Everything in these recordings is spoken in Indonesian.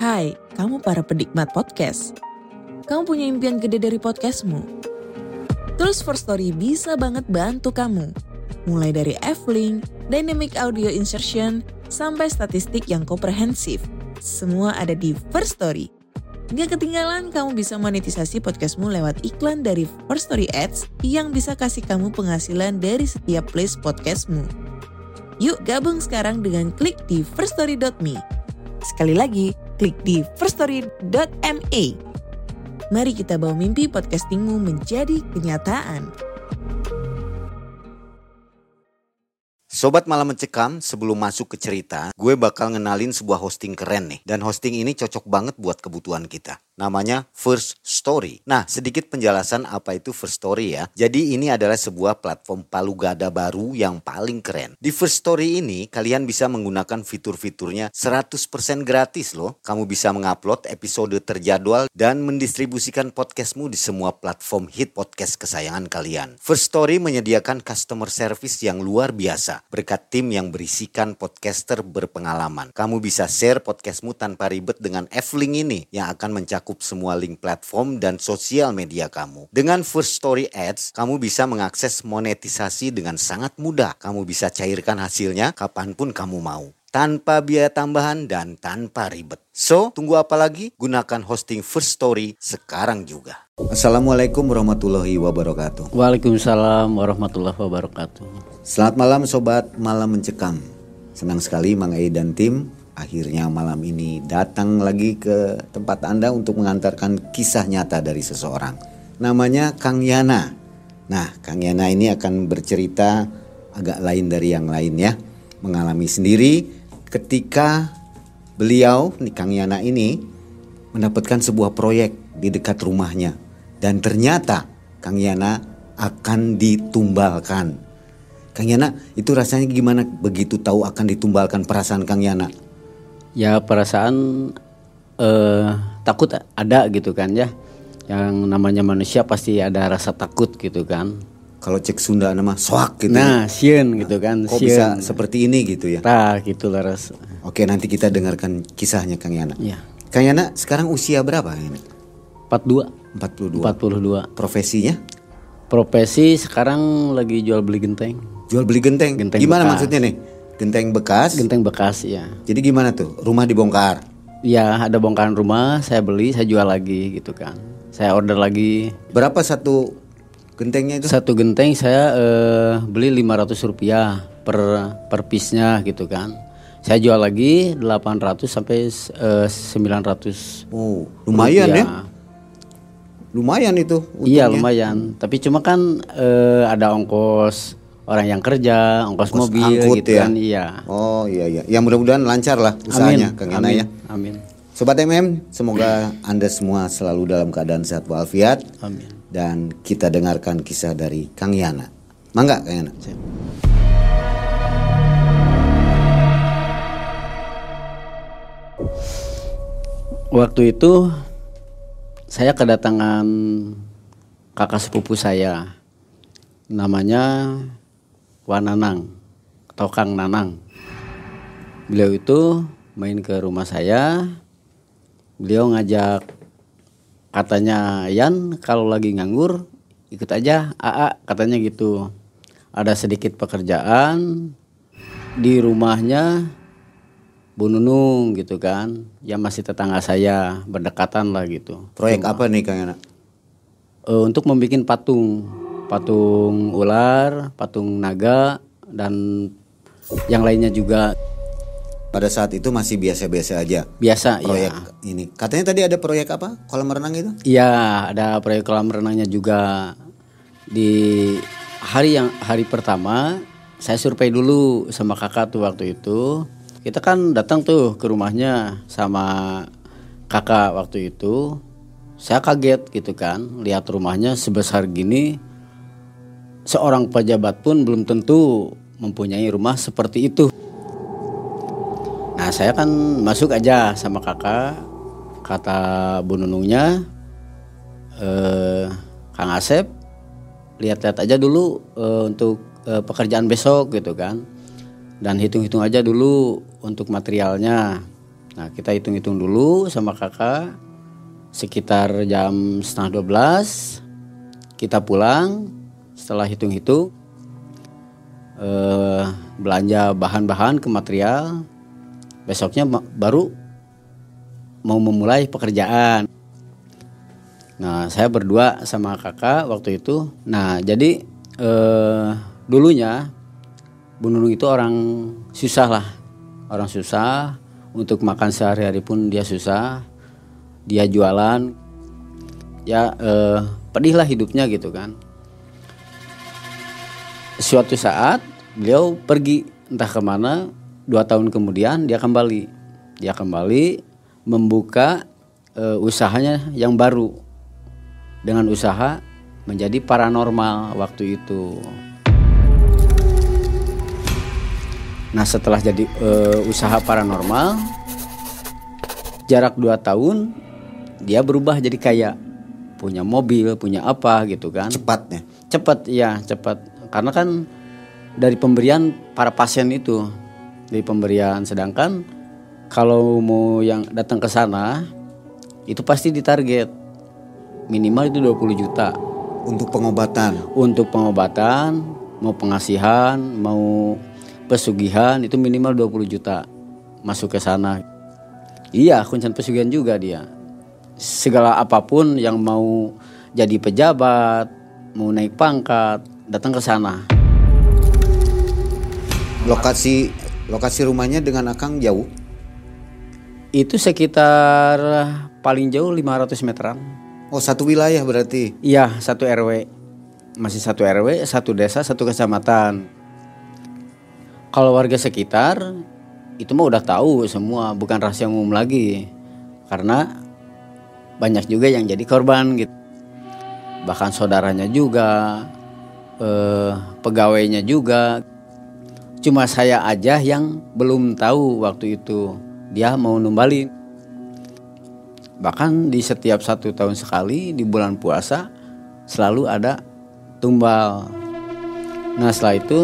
Hai, kamu para penikmat podcast. Kamu punya impian gede dari podcastmu? Terus First Story bisa banget bantu kamu. Mulai dari F-Link, Dynamic Audio Insertion, sampai statistik yang komprehensif. Semua ada di First Story. Gak ketinggalan kamu bisa monetisasi podcastmu lewat iklan dari First Story Ads yang bisa kasih kamu penghasilan dari setiap place podcastmu. Yuk gabung sekarang dengan klik di firststory.me. Sekali lagi, klik di firststory.me. Mari kita bawa mimpi podcastingmu menjadi kenyataan. Sobat Malam Mencekam, sebelum masuk ke cerita, gue bakal ngenalin sebuah hosting keren nih. Dan hosting ini cocok banget buat kebutuhan kita. Namanya First Story. Nah, sedikit penjelasan apa itu First Story ya. Jadi ini adalah sebuah platform palu gada baru yang paling keren. Di First Story ini, kalian bisa menggunakan fitur-fiturnya 100% gratis loh. Kamu bisa mengupload episode terjadwal dan mendistribusikan podcastmu di semua platform hit podcast kesayangan kalian. First Story menyediakan customer service yang luar biasa. Berkat tim yang berisikan podcaster berpengalaman. Kamu bisa share podcastmu tanpa ribet dengan F-Link ini yang akan mencakup semua link platform dan sosial media kamu. Dengan First Story Ads, kamu bisa mengakses monetisasi dengan sangat mudah. Kamu bisa cairkan hasilnya kapanpun kamu mau. Tanpa biaya tambahan dan tanpa ribet. So, tunggu apa lagi? Gunakan hosting First Story sekarang juga. Assalamualaikum warahmatullahi wabarakatuh. Waalaikumsalam warahmatullahi wabarakatuh. Selamat malam Sobat Malam Mencekam. Senang sekali Mang Ei dan tim akhirnya malam ini datang lagi ke tempat Anda untuk mengantarkan kisah nyata dari seseorang. Namanya Kang Yana. Nah, Kang Yana ini akan bercerita agak lain dari yang lain ya. Mengalami sendiri ketika beliau, Kang Yana ini, mendapatkan sebuah proyek di dekat rumahnya. Dan ternyata Kang Yana akan ditumbalkan. Kang Yana, itu rasanya gimana begitu tahu akan ditumbalkan, perasaan Kang Yana? Ya perasaan takut ada gitu kan ya. Yang namanya manusia pasti ada rasa takut gitu kan. Kalau cek Sunda nama soak gitu. Nah, sieun gitu kan. Kok bisa seperti ini gitu ya? Nah, gitulah ras. Oke, nanti kita dengarkan kisahnya Kang Yana. Ya. Kang Yana sekarang usia berapa ini? 42. Profesinya? Profesi sekarang lagi jual beli genteng. Jual beli genteng? Gimana bekas. Maksudnya nih? Genteng bekas? Genteng bekas ya. Jadi gimana tuh? Rumah dibongkar? Ya, ada bongkaran rumah, saya beli, saya jual lagi gitu kan. Saya order lagi. Berapa satu gentengnya itu? Satu genteng saya beli Rp500 per piece-nya gitu kan. Saya jual lagi 800 sampai 900. Oh, lumayan rupiah. Ya. Lumayan itu untungnya. Iya, lumayan. Tapi cuma kan ada ongkos orang yang kerja, ongkos mobil angkut, gitu ya? Kan. Iya. Oh, iya. Ya mudah-mudahan lancar lah usahanya Kang Yana ya. Amin. Sobat MM, semoga Anda semua selalu dalam keadaan sehat walafiat. Amin. Dan kita dengarkan kisah dari Kang Yana. Mangga Kang Yana. Waktu itu saya kedatangan kakak sepupu saya. Namanya Wananang atau Kang Nanang. Beliau itu main ke rumah saya. Beliau ngajak, katanya, Yan kalau lagi nganggur ikut aja AA, katanya gitu. Ada sedikit pekerjaan di rumahnya Bu Nunung gitu kan. Ya masih tetangga saya, berdekatan lah gitu. Proyek apa nih Kang Yana? Untuk membuat patung ular, patung naga, dan yang lainnya juga. Pada saat itu masih biasa-biasa aja. Biasa proyek ya. Ini. Katanya tadi ada proyek apa? Kolam renang itu? Iya, ada proyek kolam renangnya juga. Di hari pertama saya survei dulu sama kakak tuh waktu itu. Kita kan datang tuh ke rumahnya sama kakak waktu itu. Saya kaget gitu kan, lihat rumahnya sebesar gini. Seorang pejabat pun belum tentu mempunyai rumah seperti itu. Nah, saya kan masuk aja sama kakak. Kata Bu Nunungnya, Kang Asep, lihat-lihat aja dulu untuk pekerjaan besok gitu kan. Dan hitung-hitung aja dulu untuk materialnya. Nah kita hitung-hitung dulu sama kakak, sekitar jam 11:30 kita pulang. Setelah hitung-hitung belanja bahan-bahan ke material, besoknya baru mau memulai pekerjaan. Nah saya berdua sama kakak waktu itu. Nah jadi dulunya Bu Nunung itu orang susah lah. Orang susah, untuk makan sehari-hari pun dia susah. Dia jualan, ya pedih lah hidupnya gitu kan. Suatu saat beliau pergi entah kemana, 2 tahun kemudian dia kembali. Dia kembali membuka usahanya yang baru. Dengan usaha menjadi paranormal waktu itu. Nah setelah jadi usaha paranormal, jarak 2 tahun dia berubah jadi kaya, punya mobil, punya apa gitu kan. Cepatnya? Cepat, ya cepat. Karena kan dari pemberian para pasien itu, dari pemberian. Sedangkan kalau mau yang datang ke sana itu pasti ditarget minimal itu 20 juta. Untuk pengobatan? Untuk pengobatan, mau pengasihan, mau pesugihan itu minimal 20 juta masuk ke sana. Iya, kuncian pesugihan juga dia. Segala apapun yang mau jadi pejabat, mau naik pangkat, datang ke sana. Lokasi rumahnya dengan Akang jauh? Itu sekitar paling jauh 500 meteran. Oh, satu wilayah berarti? Iya, satu RW. Masih satu RW, satu desa, satu kecamatan. Kalau warga sekitar itu mah udah tahu semua, bukan rahasia umum lagi. Karena banyak juga yang jadi korban gitu. Bahkan saudaranya juga, pegawainya juga. Cuma saya aja yang belum tahu waktu itu dia mau numbalin. Bahkan di setiap 1 tahun sekali di bulan puasa selalu ada tumbal. Nah setelah itu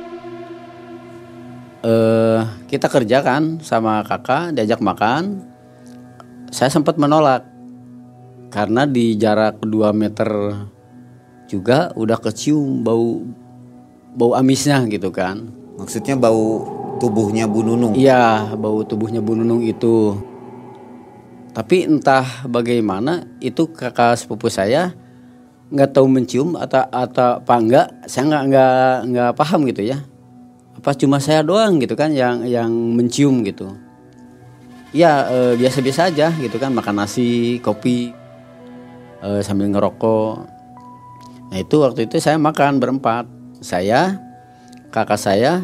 kita kerjakan sama kakak, diajak makan. Saya sempat menolak karena di jarak 2 meter juga udah kecium bau amisnya gitu kan. Maksudnya bau tubuhnya Bu Nunung? Iya, bau tubuhnya Bu Nunung itu. Tapi entah bagaimana itu kakak sepupu saya nggak tahu mencium atau apa enggak, saya nggak paham gitu ya. Apa cuma saya doang gitu kan yang mencium gitu. Ya biasa-biasa aja gitu kan, makan nasi, kopi, sambil ngerokok. Nah itu waktu itu saya makan berempat. Saya, kakak saya,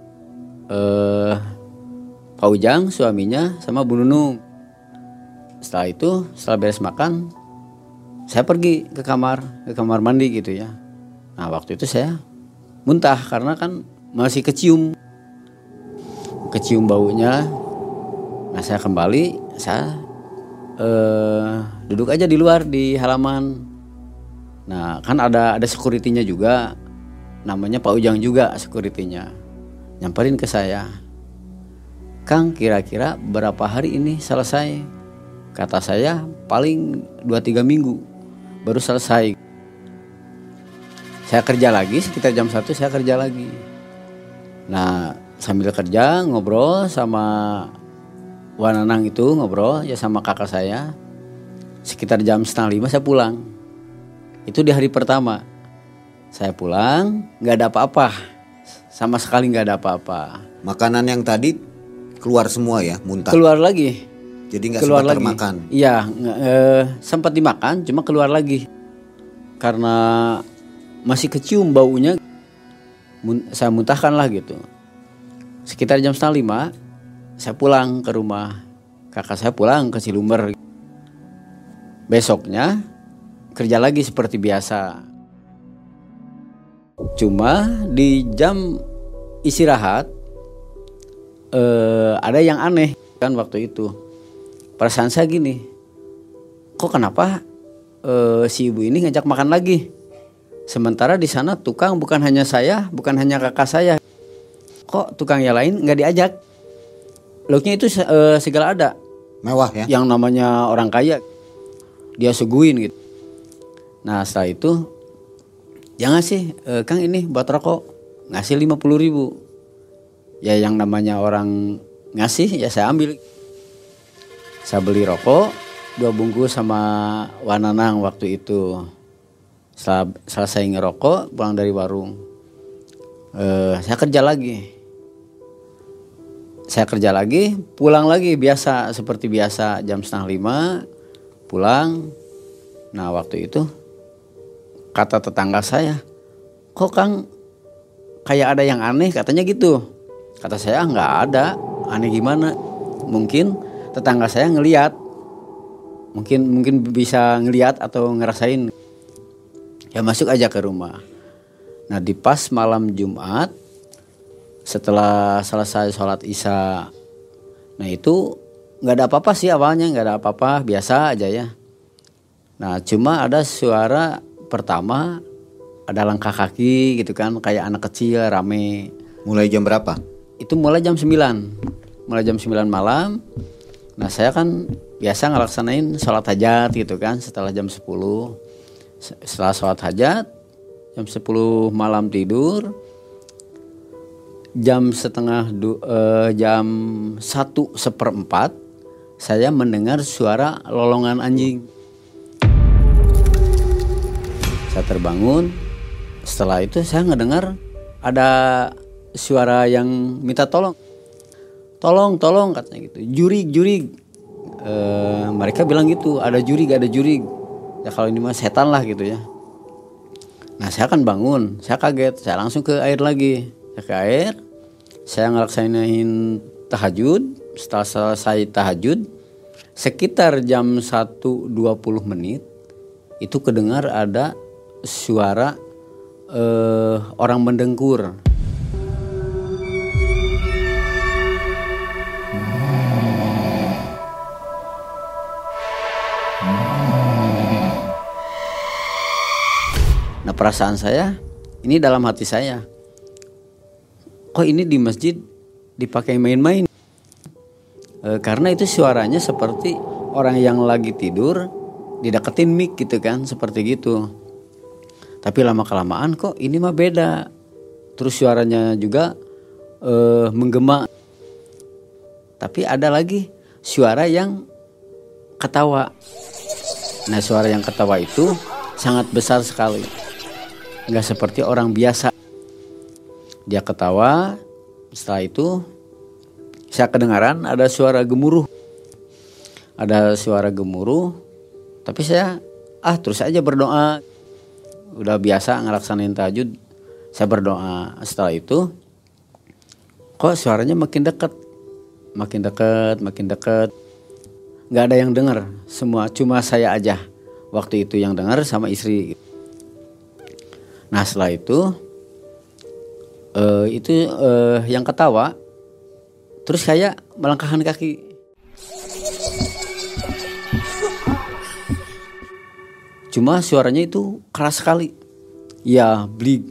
Pak Ujang suaminya sama Bu Nunung. Setelah itu, setelah beres makan, saya pergi ke kamar mandi gitu ya. Nah waktu itu saya muntah karena kan masih kecium baunya. Nah saya kembali, saya duduk aja di luar di halaman. Nah kan ada security-nya juga, namanya Pak Ujang juga security-nya. Nyamperin ke saya, Kang kira-kira berapa hari ini selesai? Kata saya paling 2-3 minggu baru selesai. Saya kerja lagi, sekitar jam 1 saya kerja lagi. Nah sambil kerja ngobrol sama Wananang itu, ngobrol ya sama kakak saya. Sekitar jam 4:30 saya pulang. Itu di hari pertama. Saya pulang gak ada apa-apa, sama sekali gak ada apa-apa. Makanan yang tadi keluar semua ya, muntah? Keluar lagi. Jadi gak sempat termakan? Iya, sempat dimakan cuma keluar lagi. Karena masih kecium baunya, saya muntahkan lah gitu. Sekitar jam 4:30 saya pulang ke rumah. Kakak saya pulang ke Cilumber. Besoknya kerja lagi seperti biasa. Cuma di jam istirahat ada yang aneh kan waktu itu. Perasaan saya gini, kok kenapa si ibu ini ngajak makan lagi? Sementara di sana tukang bukan hanya saya, bukan hanya kakak saya. Kok tukang yang lain nggak diajak? Lauknya itu segala ada. Mewah ya. Yang namanya orang kaya dia suguhin gitu. Nah setelah itu ya ngasih, Kang ini buat rokok, ngasih 50.000. Ya yang namanya orang ngasih ya saya ambil. Saya beli rokok 2 bungkus sama Wananang waktu itu. Setelah selesai ngerokok pulang dari warung, saya kerja lagi. Pulang lagi biasa seperti biasa jam 4:30 pulang. Nah waktu itu kata tetangga saya, kok Kang kayak ada yang aneh katanya gitu. Kata saya nggak ada, aneh gimana? Mungkin tetangga saya ngelihat, mungkin bisa ngelihat atau ngerasain. Ya masuk aja ke rumah. Nah di pas malam Jumat setelah selesai sholat isya, nah itu nggak ada apa-apa sih awalnya, nggak ada apa-apa, biasa aja ya. Nah cuma ada suara pertama, ada langkah kaki gitu kan, kayak anak kecil rame. Mulai jam berapa? Itu mulai jam 9 malam. Nah saya kan biasa ngelaksanain sholat hajat gitu kan setelah jam 10. Setelah sholat hajat jam 10 malam tidur, jam 1:04 saya mendengar suara lolongan anjing. Saya terbangun. Setelah itu saya ngedengar ada suara yang minta tolong katanya gitu. Jurig. Mereka bilang gitu, ada jurig. Ya kalau ini mah setan lah gitu ya. Nah saya kan bangun, saya kaget, saya langsung ke air lagi. Saya ke air, saya ngelaksanain tahajud. Setelah selesai tahajud, sekitar jam 1:20 itu kedengar ada suara orang mendengkur. Nah perasaan saya, ini dalam hati saya, kok ini di masjid dipakai main-main? Karena itu suaranya seperti orang yang lagi tidur dideketin mic gitu kan, seperti gitu. Tapi lama-kelamaan kok ini mah beda. Terus suaranya juga menggema. Tapi ada lagi suara yang ketawa. Nah suara yang ketawa itu sangat besar sekali. Nggak seperti orang biasa. Dia ketawa. Setelah itu saya kedengaran ada suara gemuruh. Tapi saya terus aja berdoa. Udah biasa ngelaksanain tahajud. Saya berdoa. Setelah itu kok suaranya makin dekat. Nggak ada yang dengar. Semua cuma saya aja. Waktu itu yang dengar sama istri. Nah setelah itu yang ketawa, terus saya melangkahkan kaki. Cuma suaranya itu keras sekali. Ya blik.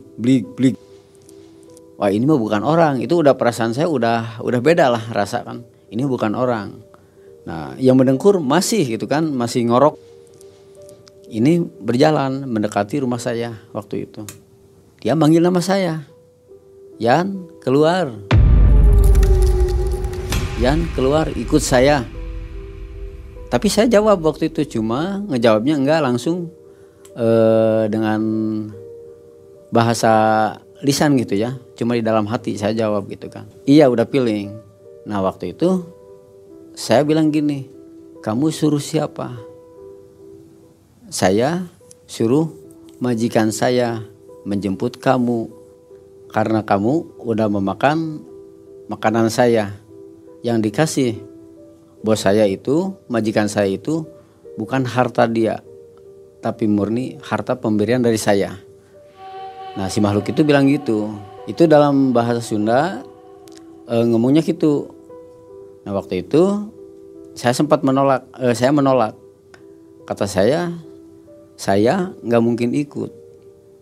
Wah ini mah bukan orang. Itu udah perasaan saya udah beda lah rasa kan. Ini bukan orang. Nah yang mendengkur masih gitu kan, masih ngorok. Ini berjalan mendekati rumah saya waktu itu. Dia manggil nama saya. Yan keluar, ikut saya. Tapi saya jawab waktu itu, cuma ngejawabnya enggak langsung dengan bahasa lisan gitu ya. Cuma di dalam hati saya jawab gitu kan. Iya udah feeling. Nah waktu itu saya bilang gini, kamu suruh siapa? Saya suruh majikan saya menjemput kamu karena kamu udah memakan makanan saya yang dikasih bos saya itu, majikan saya itu bukan harta dia, tapi murni harta pemberian dari saya. Nah si makhluk itu bilang gitu. Itu dalam bahasa Sunda ngomongnya gitu. Nah waktu itu saya sempat menolak. Saya menolak. Kata saya nggak mungkin ikut.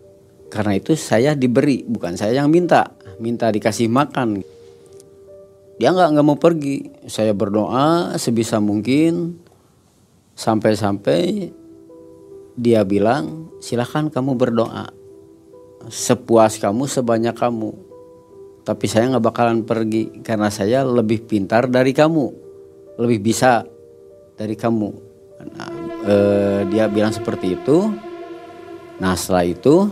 Karena itu saya diberi, bukan saya yang minta dikasih makan. dia nggak mau pergi. Saya berdoa sebisa mungkin sampai dia bilang, silakan kamu berdoa sepuas kamu, sebanyak kamu, tapi saya nggak bakalan pergi karena saya lebih pintar dari kamu, lebih bisa dari kamu. Nah, dia bilang seperti itu. Nah setelah itu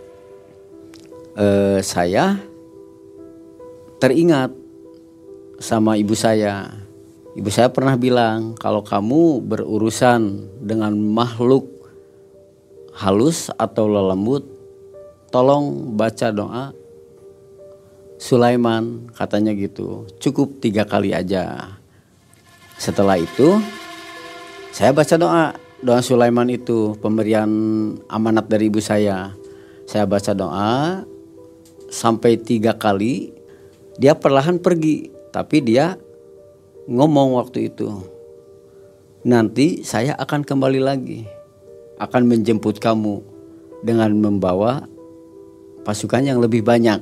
saya teringat sama ibu saya. Ibu saya pernah bilang, kalau kamu berurusan dengan makhluk halus atau lelembut, tolong baca doa Sulaiman, katanya gitu. Cukup 3 kali aja. Setelah itu saya baca doa Sulaiman itu, pemberian amanat dari ibu saya. Saya baca doa sampai 3 kali, dia perlahan pergi. Tapi dia ngomong waktu itu, nanti saya akan kembali lagi, akan menjemput kamu dengan membawa pasukan yang lebih banyak.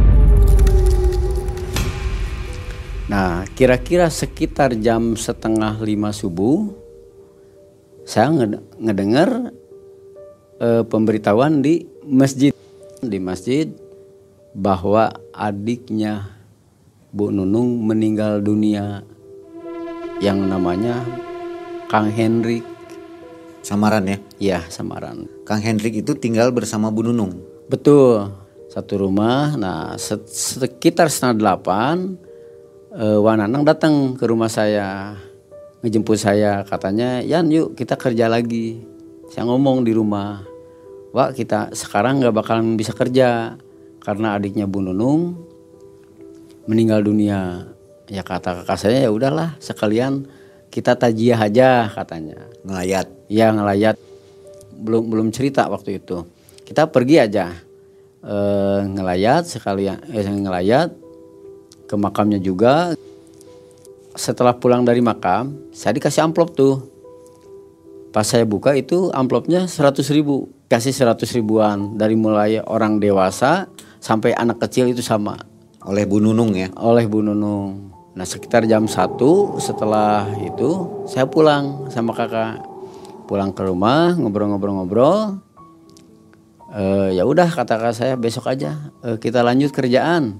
Nah, kira-kira sekitar jam 4:30 subuh, saya ngedengar pemberitahuan di masjid bahwa adiknya Bu Nunung meninggal dunia, yang namanya Kang Hendrik. Samaran ya? Iya, samaran. Kang Hendrik itu tinggal bersama Bu Nunung. Betul, satu rumah. Nah sekitar 7:30 Wananang datang ke rumah saya, ngejemput saya. Katanya, Yan yuk kita kerja lagi. Saya ngomong di rumah, Wah kita sekarang gak bakalan bisa kerja karena adiknya Bu Nunung meninggal dunia. Ya kata kakak saya, ya udahlah sekalian kita tajiah aja katanya. Ngelayat. Ya ngelayat. Belum cerita waktu itu. Kita pergi aja ngelayat sekalian, ngelayat ke makamnya juga. Setelah pulang dari makam, saya dikasih amplop tuh. Pas saya buka itu amplopnya 100.000. Kasih 100.000-an dari mulai orang dewasa sampai anak kecil itu sama. Oleh Bu Nunung ya? Oleh Bu Nunung. Nah sekitar jam 1 setelah itu saya pulang sama kakak. Pulang ke rumah ngobrol-ngobrol. Ya udah kata kakak saya, besok aja kita lanjut kerjaan.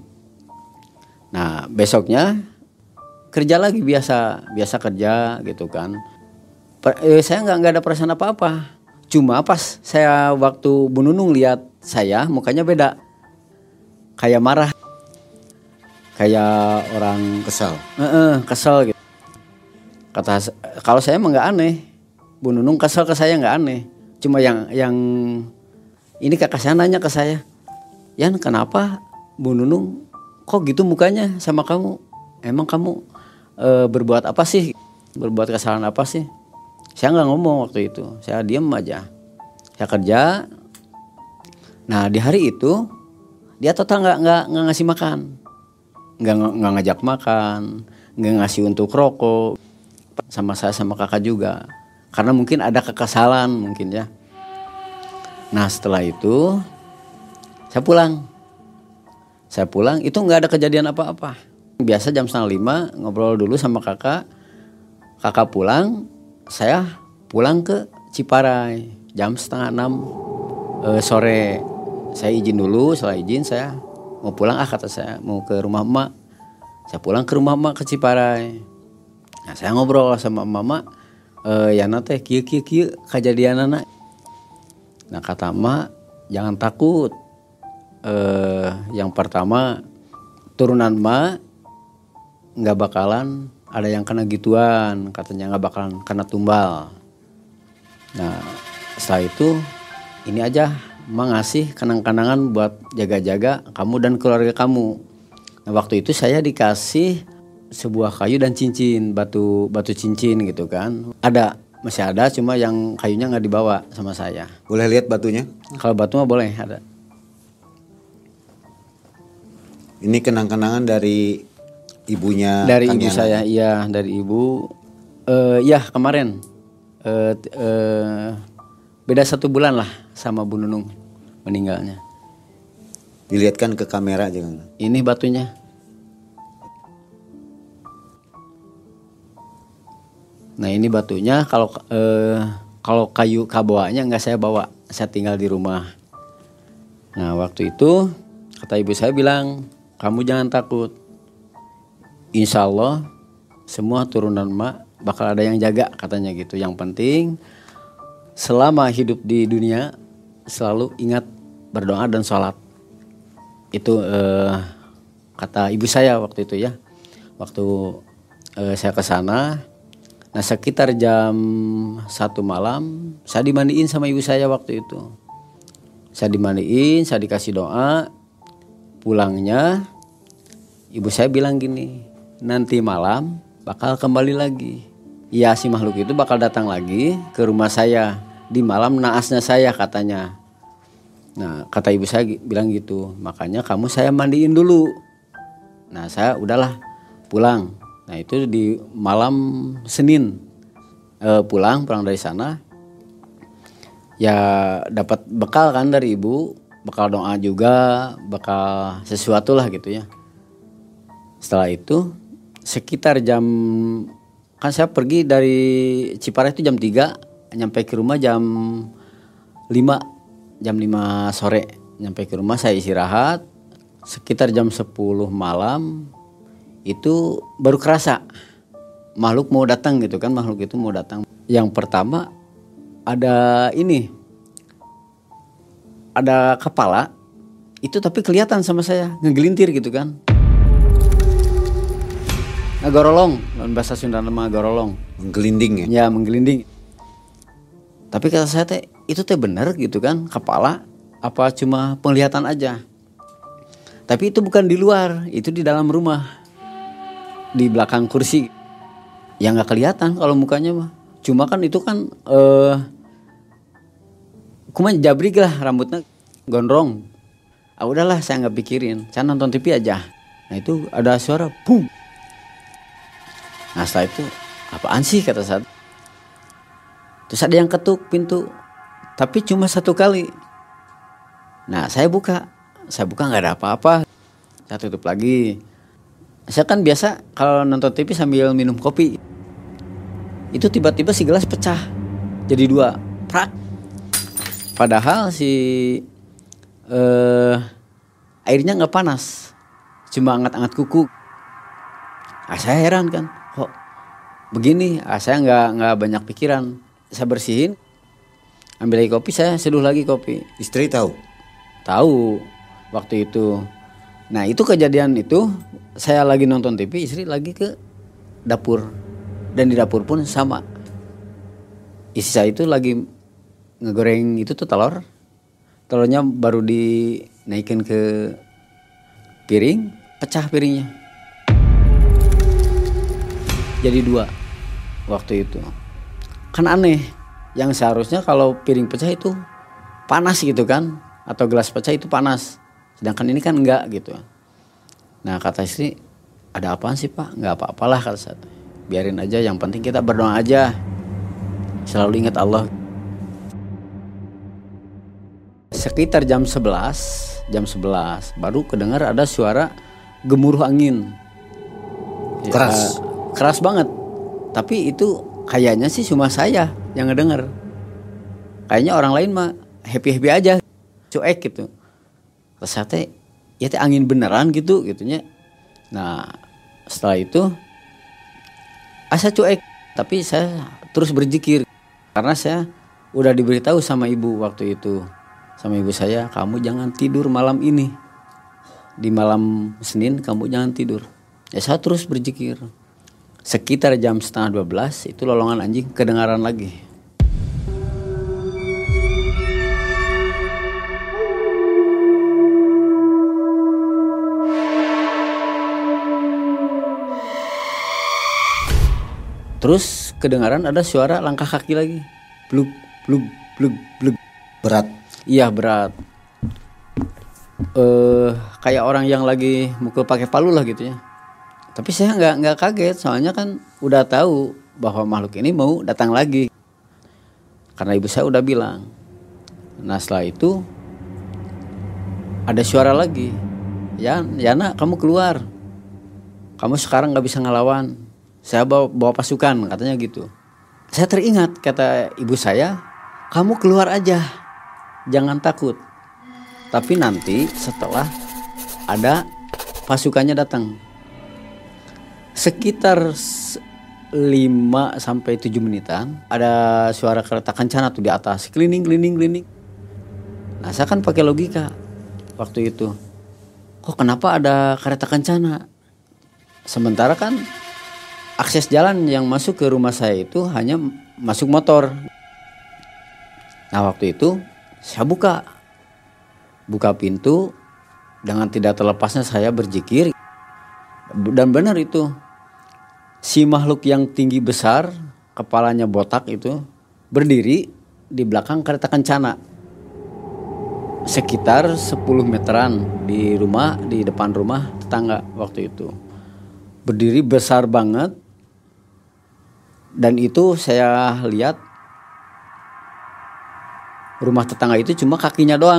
Nah besoknya kerja lagi biasa kerja gitu kan. Saya nggak ada perasaan apa-apa. Cuma pas saya waktu Bu Nunung lihat saya mukanya beda. Kayak marah. Kayak orang kesel gitu. Kata kalau saya emang nggak aneh, Bu Nunung kesel ke saya nggak aneh. Cuma yang ini kakak saya nanya ke saya, Yan kenapa Bu Nunung kok gitu mukanya sama kamu? Emang kamu berbuat apa sih? Berbuat kesalahan apa sih? Saya nggak ngomong waktu itu, saya diam aja. Saya kerja. Nah di hari itu dia total nggak ngasih makan. Nggak ngajak makan, nggak ngasih untuk rokok sama saya sama kakak juga, karena mungkin ada kekesalan mungkin ya. Nah setelah itu saya pulang itu nggak ada kejadian apa-apa. Biasa jam 4:30 ngobrol dulu sama kakak pulang, saya pulang ke Ciparai jam 5:30 sore. Saya izin dulu, setelah izin saya mau pulang kata saya mau ke rumah emak. Saya pulang ke rumah emak ke Ciparai. Nah saya ngobrol sama emak, yana teh kieu kejadianana. Nah kata emak, jangan takut. Yang pertama turunan emak nggak bakalan ada yang kena gituan, katanya nggak bakalan kena tumbal. Nah setelah itu ini aja emak ngasih kenang-kenangan buat jaga-jaga kamu dan keluarga kamu. Nah waktu itu saya dikasih sebuah kayu dan cincin, batu cincin gitu kan. Masih ada, cuma yang kayunya nggak dibawa sama saya. Boleh lihat batunya? Kalau batu mah boleh, ada. Ini kenang-kenangan dari ibunya. Dari Kang ibu Yana. saya, iya dari ibu. Ya kemarin beda 1 bulan lah sama Bu Nunung meninggalnya. Dilihatkan ke kamera jangan. Ini batunya. Nah ini batunya kalau kayu kabawanya nggak saya bawa, saya tinggal di rumah. Nah waktu itu kata ibu saya bilang, kamu jangan takut, insya Allah semua turunan mak bakal ada yang jaga, katanya gitu. Yang penting selama hidup di dunia selalu ingat berdoa dan sholat. Itu kata ibu saya waktu itu ya. Waktu saya ke sana, nah sekitar jam 1 malam saya dimandiin sama ibu saya waktu itu. Saya dimandiin, saya dikasih doa. Pulangnya ibu saya bilang gini, nanti malam bakal kembali lagi. Ya si makhluk itu bakal datang lagi ke rumah saya di malam naasnya saya, katanya. Nah kata ibu saya bilang gitu, makanya kamu saya mandiin dulu. Nah saya udahlah pulang. Nah itu di malam Senin pulang dari sana. Ya dapat bekal kan dari ibu, bekal doa juga, bekal sesuatu lah gitu ya. Setelah itu sekitar jam, kan saya pergi dari Ciparai itu jam 3, nyampe ke rumah jam 5 sore. Nyampe ke rumah saya istirahat. Sekitar jam 10 malam itu baru kerasa makhluk mau datang gitu kan, makhluk itu mau datang. Yang pertama ada kepala itu tapi kelihatan sama saya, ngegelintir gitu kan. Ngagorolong, dalam bahasa Sunda nama gorolong. Menggelinding ya? Ya menggelinding. Tapi kata saya itu benar gitu kan, kepala apa cuma penglihatan aja. Tapi itu bukan di luar, itu di dalam rumah. Di belakang kursi. Ya gak kelihatan kalau mukanya mah. Cuma kan itu kan kuman jabrik lah, rambutnya gondrong. Udahlah saya gak pikirin, saya nonton TV aja. Nah itu ada suara boom. Nah setelah itu apaan sih kata saya. Terus ada yang ketuk pintu, tapi cuma 1 kali. Nah saya buka gak ada apa-apa. Saya tutup lagi. Saya kan biasa kalau nonton TV sambil minum kopi. Itu tiba-tiba si gelas pecah jadi 2, prak. Padahal si airnya gak panas, cuma anget-anget kuku. Saya heran kan, kok begini. Saya gak banyak pikiran. Saya bersihin, ambil lagi kopi, saya seduh lagi kopi. Istri tahu? Tahu waktu itu. Nah itu kejadian itu saya lagi nonton TV, istri lagi ke dapur. Dan di dapur pun sama. Istri saya itu lagi ngegoreng itu tuh telur. Telurnya baru dinaikin ke piring, pecah piringnya. Jadi 2 waktu itu. Kan aneh. Yang seharusnya kalau piring pecah itu panas gitu kan, atau gelas pecah itu panas. Sedangkan ini kan enggak gitu. Nah kata istri, ada apaan sih pak? Enggak apa-apalah kata saya. Biarin aja, yang penting kita berdoa aja. Selalu ingat Allah. Sekitar jam 11 baru kedengar ada suara gemuruh angin. Keras? Keras banget. Tapi itu kayaknya sih cuma saya yang ngedenger. Kayaknya orang lain mah happy-happy aja. Cuek gitu. Terus saya ya angin beneran gitunya. Nah setelah itu saya cuek, tapi saya terus berzikir karena saya udah diberitahu sama ibu waktu itu, sama ibu saya, kamu jangan tidur malam ini, di malam Senin kamu jangan tidur. Ya saya terus berzikir. Sekitar jam 11:30 itu lolongan anjing kedengaran lagi. Terus kedengaran ada suara langkah kaki lagi. Blug, blug, blug, blug. Berat? Iya berat. Kayak orang yang lagi mukul pakai palu lah gitu ya. Tapi saya nggak kaget, soalnya kan udah tahu bahwa makhluk ini mau datang lagi. Karena ibu saya udah bilang. Nah setelah itu ada suara lagi. Ya nak kamu keluar. Kamu sekarang nggak bisa ngelawan. Saya bawa pasukan katanya gitu. Saya teringat kata ibu saya, kamu keluar aja, jangan takut. Tapi nanti setelah ada pasukannya datang. Sekitar 5 sampai 7 menitan ada suara kereta kencana tuh di atas, keliling. Nah, saya kan pakai logika waktu itu. Kok kenapa ada kereta kencana? Sementara kan akses jalan yang masuk ke rumah saya itu hanya masuk motor. Nah, waktu itu saya buka pintu, dengan tidak terlepasnya saya berzikir. Dan benar itu, si makhluk yang tinggi besar, kepalanya botak itu, berdiri di belakang kereta kencana. Sekitar 10 meteran di depan rumah tetangga waktu itu. Berdiri besar banget. Dan itu saya lihat rumah tetangga itu cuma kakinya doang.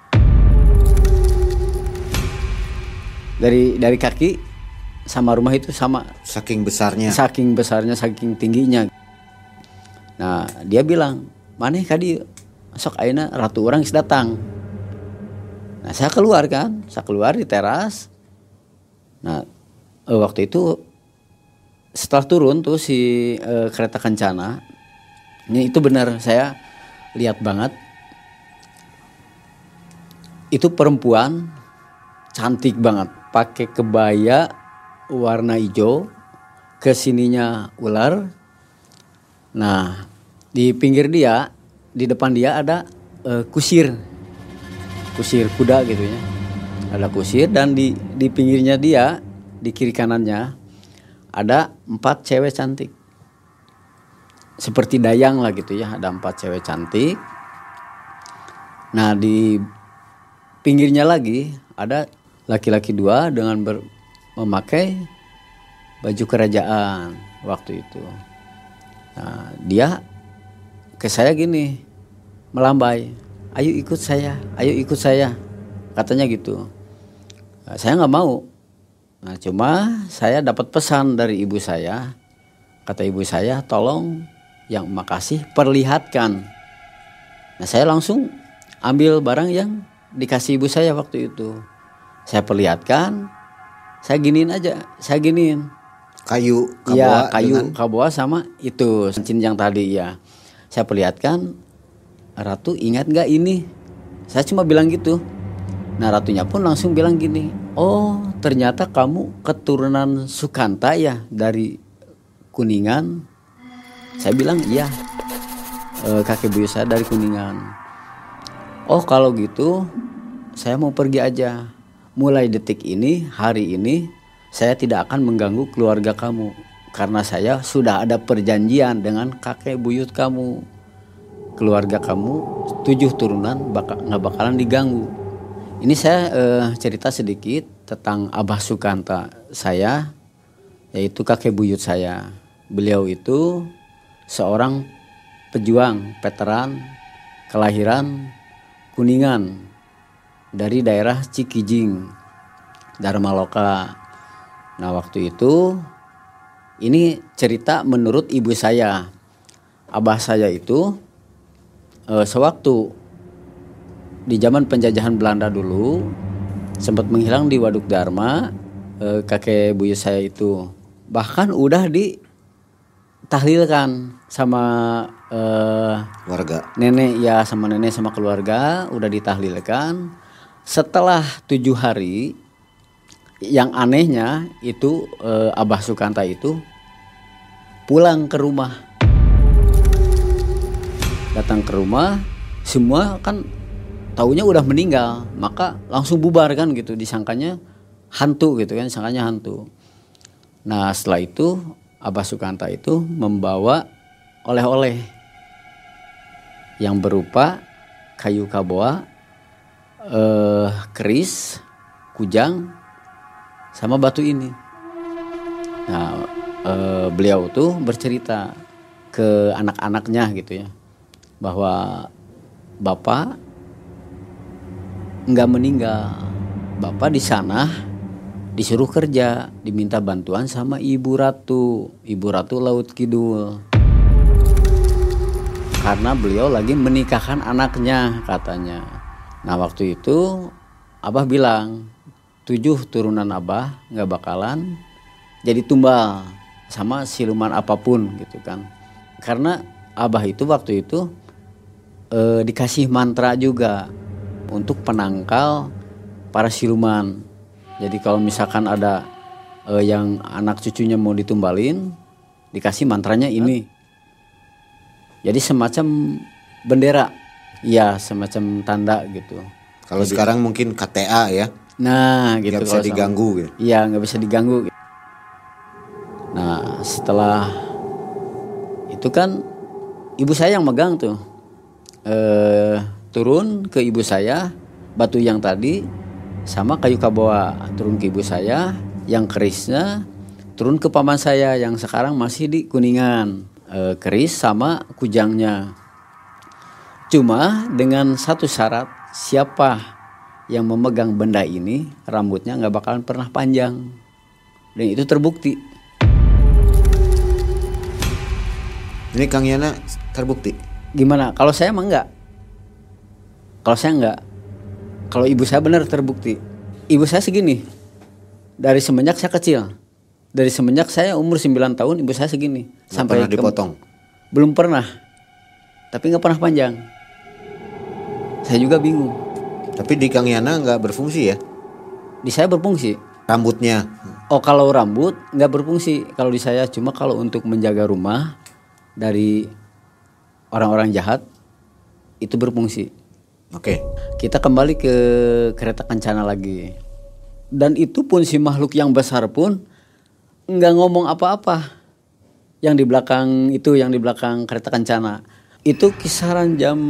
Dari kaki sama rumah itu sama. Saking besarnya, Saking tingginya. Nah, dia bilang, "Maneh kadi sok ayeuna ratu urang geus datang." Nah, saya keluar di teras. Nah, waktu itu setelah turun tuh si kereta kencana, ini itu benar saya lihat banget. Itu perempuan cantik banget, pakai kebaya warna hijau, kesininya ular. Nah, di pinggir dia, di depan dia ada kusir kuda gitu ya. Ada kusir, dan di pinggirnya dia, di kiri kanannya ada 4 cewek cantik. Seperti dayang lah gitu ya, ada 4 cewek cantik. Nah, di pinggirnya lagi ada laki-laki 2 dengan memakai baju kerajaan waktu itu. Nah, dia ke saya gini, melambai, ayo ikut saya, katanya gitu. Nah, saya nggak mau. Nah, cuma saya dapat pesan dari ibu saya. Kata ibu saya, tolong yang makasih perlihatkan. Nah, saya langsung ambil barang yang dikasih ibu saya waktu itu. Saya perlihatkan. Saya giniin kayu kaboa sama itu cincin yang tadi ya. Saya perlihatkan, Ratu ingat gak ini? Saya cuma bilang gitu. Nah, ratunya pun langsung bilang gini, oh ternyata kamu keturunan Sukanta ya dari Kuningan. Saya bilang iya, kakek buyut saya dari Kuningan. Oh kalau gitu saya mau pergi aja. Mulai detik ini, hari ini, saya tidak akan mengganggu keluarga kamu. Karena saya sudah ada perjanjian dengan kakek buyut kamu. Keluarga kamu 7 turunan gak bakalan diganggu. Ini saya cerita sedikit tentang Abah Sukanta saya, yaitu kakek buyut saya. Beliau itu seorang pejuang, veteran, kelahiran Kuningan. Dari daerah Cikijing, Dharmaloka. Nah, waktu itu ini cerita menurut ibu saya. Abah saya itu sewaktu di zaman penjajahan Belanda dulu sempat menghilang di Waduk Dharma. Kakek buyut saya itu bahkan udah ditahlilkan sama warga. Nenek sama keluarga udah ditahlilkan. Setelah 7 hari, yang anehnya itu Abah Sukanta itu pulang ke rumah. Datang ke rumah, semua kan taunya udah meninggal, maka langsung bubar kan gitu, disangkanya hantu gitu kan, disangkanya hantu. Nah, setelah itu Abah Sukanta itu membawa oleh-oleh yang berupa kayu kaboa, keris, kujang, sama batu ini. Nah, beliau tuh bercerita ke anak-anaknya gitu ya, bahwa Bapak nggak meninggal, Bapak di sana disuruh kerja, diminta bantuan sama Ibu Ratu Laut Kidul. karena beliau lagi menikahkan anaknya katanya. Nah waktu itu Abah bilang 7 turunan Abah gak bakalan jadi tumbal sama siluman apapun gitu kan. Karena Abah itu waktu itu dikasih mantra juga untuk penangkal para siluman. Jadi kalau misalkan ada yang anak cucunya mau ditumbalin, dikasih mantranya ini. Jadi semacam bendera, ya semacam tanda gitu. Kalau sekarang mungkin KTA ya. Nah gitu. Gak bisa diganggu gitu. Iya gak bisa diganggu. Nah setelah itu kan ibu saya yang megang tuh. Turun ke ibu saya batu yang tadi sama kayu kaboa. Turun ke ibu saya yang kerisnya. Turun ke paman saya yang sekarang masih di Kuningan. Keris sama kujangnya. Cuma dengan satu syarat, siapa yang memegang benda ini rambutnya gak bakalan pernah panjang. Dan itu terbukti. Ini Kang Yana terbukti. Gimana? Kalau saya mah enggak. Kalau saya enggak. Kalau ibu saya benar terbukti. Ibu saya segini. Dari semenjak saya kecil. Dari semenjak saya umur 9 tahun ibu saya segini. Sampai pernah dipotong? Belum pernah. Tapi gak pernah panjang. Saya juga bingung. Tapi di Kang Yana gak berfungsi ya? Di saya berfungsi. Rambutnya? Oh kalau rambut gak berfungsi. Kalau di saya cuma kalau untuk menjaga rumah dari orang-orang jahat itu berfungsi. Oke. Kita kembali ke kereta kencana lagi. Dan itu pun si makhluk yang besar pun nggak ngomong apa-apa. Yang di belakang itu, yang di belakang kereta kencana. Itu kisaran jam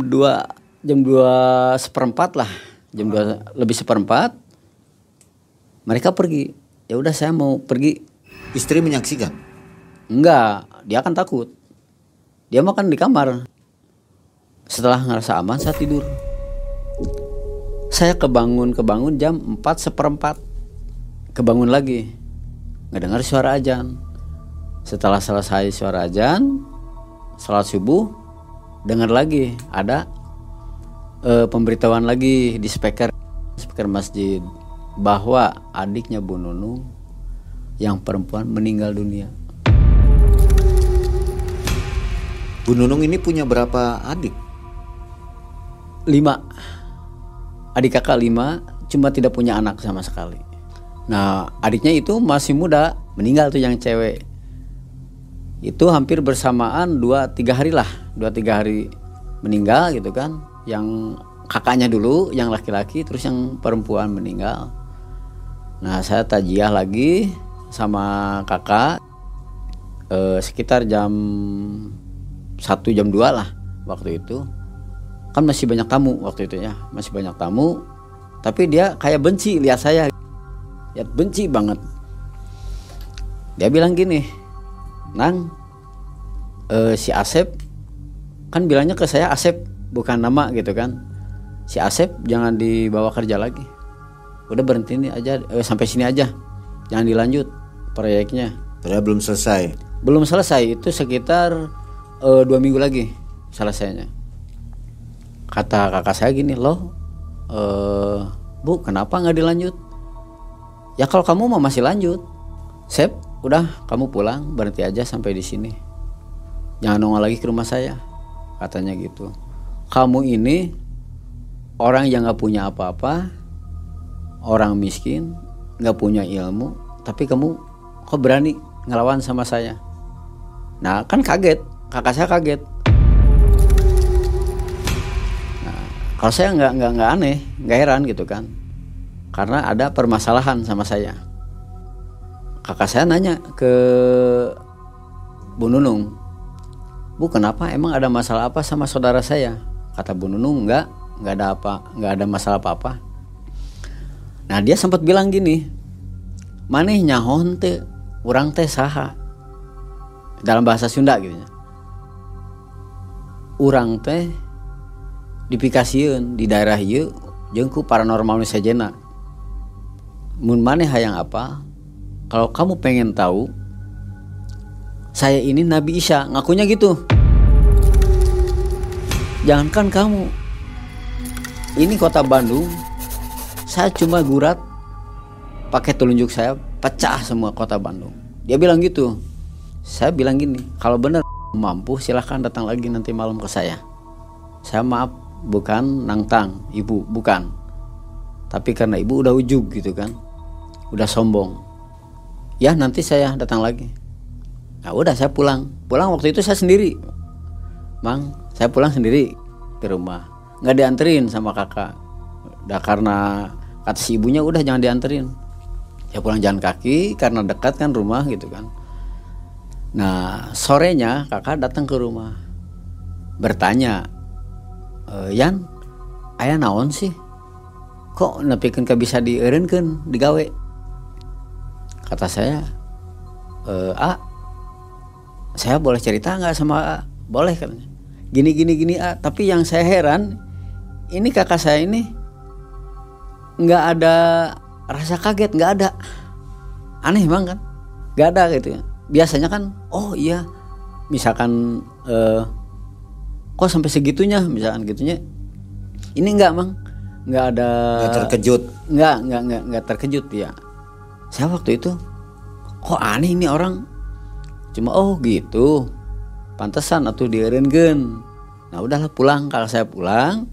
2:04 lah. Jam 2 lebih 1/4. Mereka pergi. Ya udah saya mau pergi. Istri menyaksikan? Enggak, dia akan takut. Dia makan di kamar. Setelah ngerasa aman saya tidur. Saya kebangun jam 4:15. Kebangun lagi. Ngedengar suara azan. Setelah selesai suara azan, salat subuh, dengar lagi ada pemberitahuan lagi di speaker masjid bahwa adiknya Bu Nunung yang perempuan meninggal dunia. Bu Nunung ini punya berapa adik? 5. Adik kakak 5, cuma tidak punya anak sama sekali. Nah adiknya itu masih muda, meninggal tuh yang cewek. Itu hampir bersamaan 2-3 hari lah. 2-3 hari meninggal gitu kan. Yang kakaknya dulu, yang laki-laki, terus yang perempuan meninggal. Nah saya tajiah lagi sama kakak sekitar jam 1 jam 2 lah waktu itu. Kan masih banyak tamu waktu itu ya. Masih banyak tamu. Tapi dia kayak benci lihat saya. Ya benci banget. Dia bilang gini, Nang, si Asep, kan bilangnya ke saya Asep, bukan nama gitu kan. Si Asep jangan dibawa kerja lagi. Udah berhenti nih aja, sampai sini aja. Jangan dilanjut proyeknya. Padahal belum selesai. Belum selesai, itu sekitar 2 minggu lagi selesainya. Kata kakak saya gini, loh, Bu, kenapa nggak dilanjut? Ya kalau kamu mau masih lanjut, Sep, udah kamu pulang, berhenti aja sampai di sini. Jangan nongol lagi ke rumah saya, katanya gitu. Kamu ini orang yang nggak punya apa-apa, orang miskin, nggak punya ilmu, tapi kamu kok berani ngelawan sama saya? Nah kan kaget, kakak saya kaget. Nah, kalau saya nggak aneh, nggak heran gitu kan, karena ada permasalahan sama saya. Kakak saya nanya ke Bu Nunung, Bu, kenapa, emang ada masalah apa sama saudara saya? Kata Bu Nunung, nggak ada masalah apa-apa. Nah dia sempat bilang gini, maneh nyahon teh, urang teh saha, dalam bahasa Sunda gitu. Urang teh dipikasieun di daerah ieu jeung ku paranormal sajena. Mun maneh hayang apa? Kalau kamu pengen tahu, saya ini Nabi Isa, ngakunya gitu. jangankan kamu, ini kota Bandung, saya cuma gurat pakai telunjuk saya pecah semua kota Bandung. Dia bilang gitu. Saya bilang gini, kalau benar mampu silahkan datang lagi nanti malam ke saya. Saya maaf bukan nantang ibu, bukan. Tapi karena ibu udah ujug gitu kan, udah sombong. Ya nanti saya datang lagi. Nah udah saya pulang. Pulang waktu itu saya sendiri. Mang, saya pulang sendiri ke rumah. Nggak dianterin sama kakak. Udah karena kata si ibunya udah jangan dianterin. Ya pulang jalan kaki karena dekat kan rumah gitu kan. Nah sorenya kakak datang ke rumah bertanya, Yan, aya naon sih? Kok nepikeun ka bisa dieureunkeun digawe? Kata saya, saya boleh cerita nggak sama A? Boleh katanya. Gini A. Tapi yang saya heran, ini kakak saya ini nggak ada rasa kaget, nggak ada. Aneh emang kan? Nggak ada gitu ya. Biasanya kan, oh iya, misalkan kok sampai segitunya, misalkan gitunya. Ini enggak, Mang. Enggak ada. Nggak terkejut. Enggak terkejut ya. Saya waktu itu kok aneh ini orang. Cuma oh gitu. Pantesan atuh dieureunkeun. Nah, udahlah pulang, kalau saya pulang.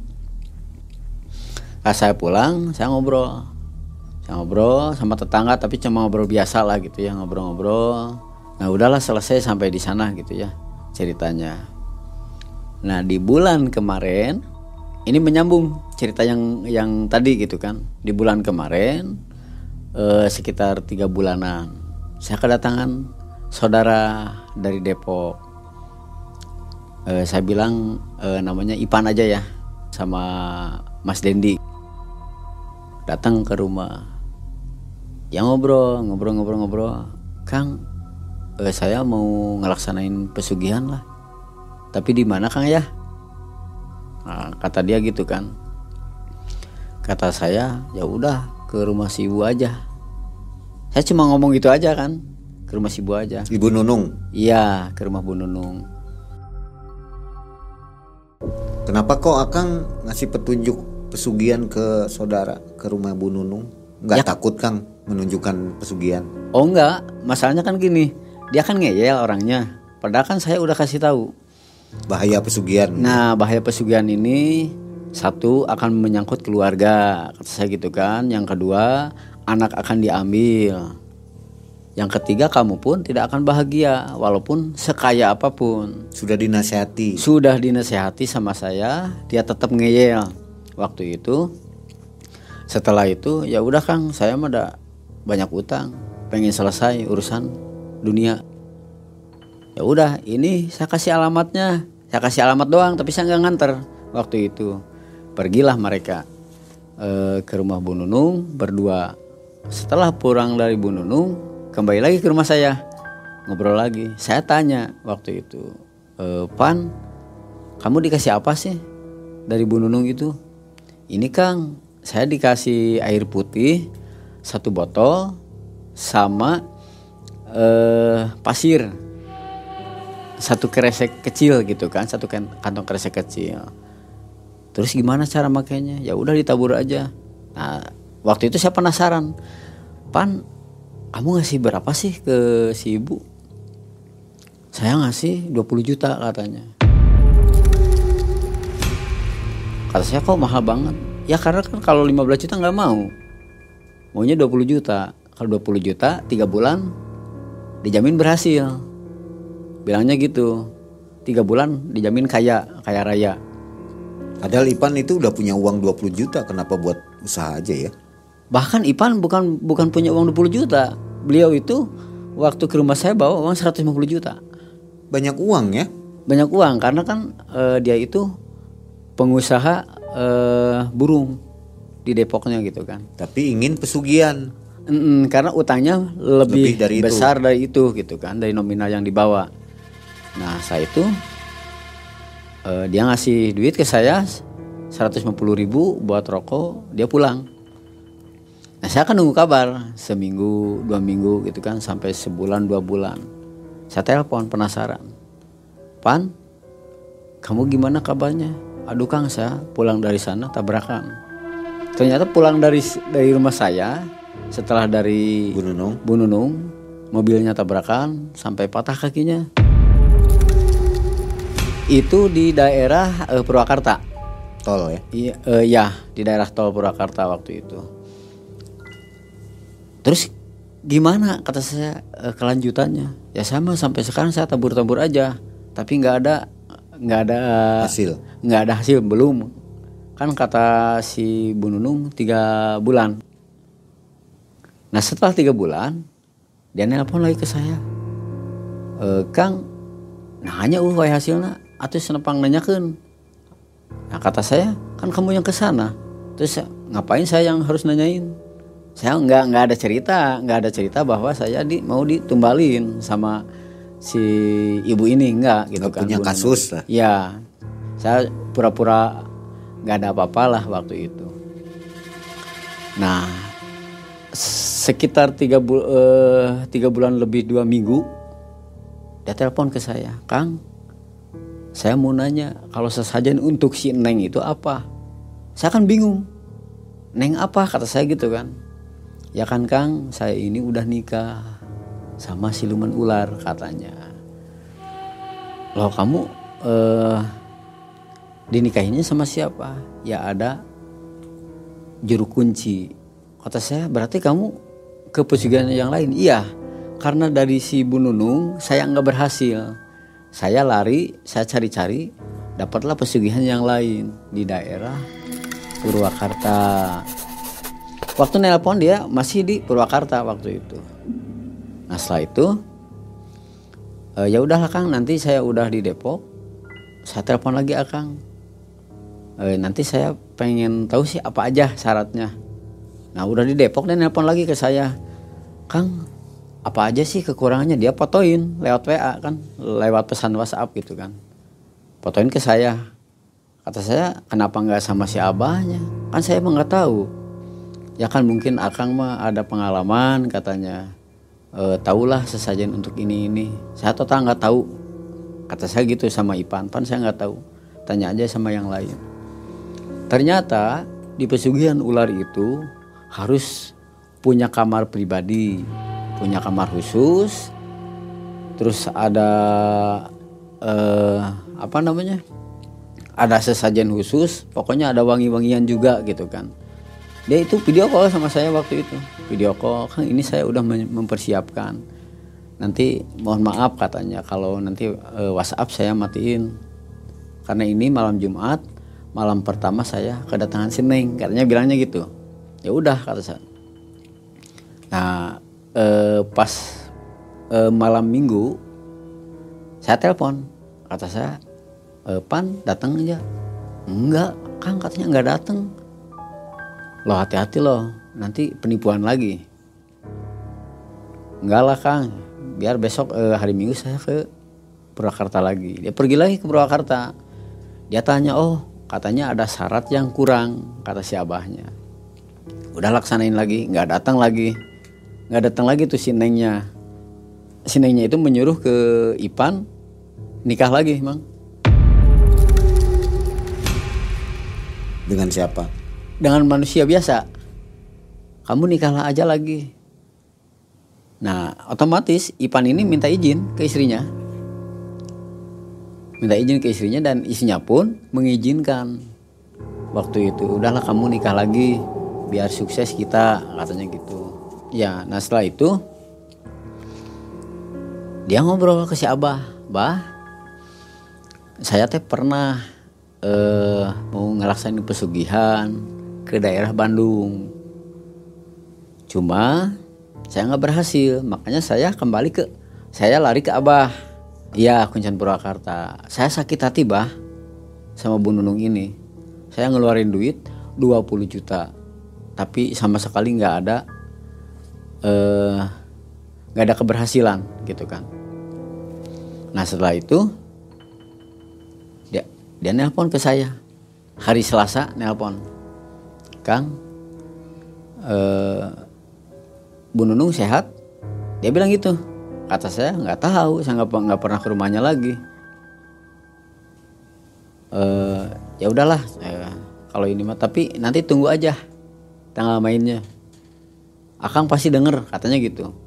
Saya ngobrol. Saya ngobrol sama tetangga tapi cuma ngobrol biasa lah gitu ya, ngobrol-ngobrol. Nah udahlah selesai sampai di sana gitu ya ceritanya. Nah di bulan kemarin ini menyambung cerita yang tadi gitu kan. Di bulan kemarin sekitar 3 bulanan saya kedatangan saudara dari Depok. Saya bilang namanya Ipan aja ya, sama Mas Dendi. Datang ke rumah. Ya ngobrol. Kang, saya mau ngelaksanain pesugihan lah. Tapi di mana Kang ya? Nah, kata dia gitu kan. Kata saya, ya udah ke rumah si ibu aja. Saya cuma ngomong gitu aja kan, ke rumah si ibu aja. Ibu Nunung? Iya, ke rumah Bu Nunung. Kenapa kok Akang ngasih petunjuk pesugihan ke saudara, ke rumah Bu Nunung? Nggak Ya. takut Kang menunjukkan pesugihan? Oh enggak, masalahnya kan gini, dia kan ngeyel orangnya. Padahal kan saya udah kasih tahu. Bahaya pesugihan. Nah bahaya pesugihan ini, satu akan menyangkut keluarga, kata saya gitu kan. Yang kedua, anak akan diambil. Yang ketiga, kamu pun tidak akan bahagia walaupun sekaya apapun. Sudah dinasehati. Sudah dinasehati sama saya, dia tetap ngeyel waktu itu. Setelah itu ya udah Kang, saya mah ada banyak utang, pengen selesai urusan dunia. Ya udah, ini saya kasih alamatnya. Saya kasih alamat doang, tapi saya nggak nganter waktu itu. Pergilah mereka ke rumah Bu Nunung berdua. Setelah pulang dari Bu Nunung, kembali lagi ke rumah saya, ngobrol lagi. Saya tanya waktu itu, Pan, kamu dikasih apa sih dari Bu Nunung itu? Ini Kang, saya dikasih air putih 1 botol sama pasir 1 kresek kecil gitu kan, 1 kantong kresek kecil. Terus gimana cara makainya? Ya udah ditabur aja. Nah waktu itu saya penasaran, Pan, kamu ngasih berapa sih ke si ibu? Saya ngasih 20 juta katanya. Kata saya, kok mahal banget? Ya karena kan kalau 15 juta gak mau, maunya 20 juta. Kalau 20 juta 3 bulan dijamin berhasil, bilangnya gitu. 3 bulan dijamin kaya raya. Padahal Ipan itu udah punya uang 20 juta, kenapa buat usaha aja ya? Bahkan Ipan bukan punya uang 20 juta. Beliau itu waktu ke rumah saya bawa uang 150 juta. Banyak uang ya? Banyak uang karena kan dia itu pengusaha burung di Depoknya gitu kan. Tapi ingin pesugihan. Karena utangnya lebih dari besar dari itu gitu kan, dari nominal yang dibawa. Nah saya itu dia ngasih duit ke saya 150.000 buat rokok, dia pulang. Nah saya kan nunggu kabar seminggu 2 minggu gitu kan, sampai sebulan 2 bulan. Saya telepon penasaran, Pan, kamu gimana kabarnya? aduh Kang, saya pulang dari sana tabrakan. Ternyata pulang dari rumah saya setelah dari Bu Nunung, mobilnya tabrakan sampai patah kakinya. Itu di daerah Purwakarta. Tol ya? Iya, di daerah tol Purwakarta waktu itu. Terus gimana kata saya kelanjutannya? Ya sama, sampai sekarang saya tabur-tabur aja, tapi nggak ada Hasil. nggak ada hasil, belum. Kan kata si Bu Nunung 3 bulan. Nah setelah 3 bulan dia nelpon lagi ke saya, Kang, nanya wae hasilnya atau senepang nanyakeun. Nah kata saya, kan kamu yang kesana, terus ngapain saya yang harus nanyain? Saya nggak ada cerita bahwa saya mau ditumbalin sama si ibu ini, enggak gitu kan. Punya kasus lah. Ya, saya pura-pura nggak ada apa-apa lah waktu itu. Nah, sekitar 3 bulan lebih 2 minggu, dia telepon ke saya, Kang, saya mau nanya, kalau sesajen untuk si Neng itu apa? Saya kan bingung, Neng apa kata saya gitu kan. Ya kan Kang, saya ini udah nikah sama siluman ular katanya. Loh kamu dinikahinnya sama siapa? Ya ada juru kunci. Kata saya, berarti kamu ke pesugihan yang lain? Iya, karena dari si Bu Nunung saya nggak berhasil. Saya lari, saya cari-cari, dapatlah pesugihan yang lain di daerah Purwakarta. Waktu nelpon dia masih di Purwakarta waktu itu. Nah setelah itu ya udahlah Kang, nanti saya udah di Depok, saya telepon lagi Akang. Nanti saya pengen tahu sih apa aja syaratnya. Nah udah di Depok dia nelpon lagi ke saya, Kang apa aja sih kekurangannya? Dia fotoin lewat WA kan, lewat pesan WhatsApp gitu kan, fotoin ke saya. Kata saya, kenapa nggak sama si abahnya? Kan saya emang nggak tahu. Ya kan mungkin Akang mah ada pengalaman katanya, tahulah sesajen untuk ini. Saya total nggak tahu. Kata saya gitu sama Ipan, saya nggak tahu. Tanya aja sama yang lain. Ternyata di pesugihan ular itu harus punya kamar pribadi, punya kamar khusus. Terus ada ada sesajen khusus. Pokoknya ada wangi-wangian juga gitu kan. Dia itu video call sama saya waktu itu. Video call, Kang ini saya udah mempersiapkan. Nanti mohon maaf katanya kalau nanti WhatsApp saya matiin. Karena ini malam Jumat, malam pertama saya kedatangan si Neng. Katanya bilangnya gitu. Ya udah kata saya. Nah pas malam Minggu saya telepon. Kata saya, Pan datang aja. Enggak, Kang katanya enggak datang. Loh hati-hati loh, nanti penipuan lagi. Enggak lah Kang, biar besok hari Minggu saya ke Purwakarta lagi. Dia pergi lagi ke Purwakarta. Dia tanya, oh katanya ada syarat yang kurang, kata si abahnya. Udah laksanain lagi, nggak datang lagi tuh si Nengnya. Si Nengnya itu menyuruh ke Ipan nikah lagi, Mang. Dengan siapa? Dengan manusia biasa. Kamu nikahlah aja lagi. Nah otomatis Ipan ini minta izin ke istrinya. Dan istrinya pun mengizinkan. Waktu itu udahlah kamu nikah lagi, biar sukses kita, katanya gitu. Ya nah setelah itu dia ngobrol ke si Abah. Bah, saya pernah mau ngelaksanain pesugihan ke daerah Bandung. Cuma saya nggak berhasil, makanya saya lari ke Abah. Iya, Kuncen Purwakarta. Saya sakit hati bah sama Bu Nunung ini. Saya ngeluarin duit 20 juta, tapi sama sekali nggak ada keberhasilan gitu kan. Nah setelah itu dia nelpon ke saya hari Selasa, nelpon, Kang, Bu Nunung sehat? Dia bilang gitu. Kata saya nggak tahu, saya nggak pernah ke rumahnya lagi. Ya udahlah, kalau ini mah, tapi nanti tunggu aja tanggal mainnya. Akang pasti denger, katanya gitu.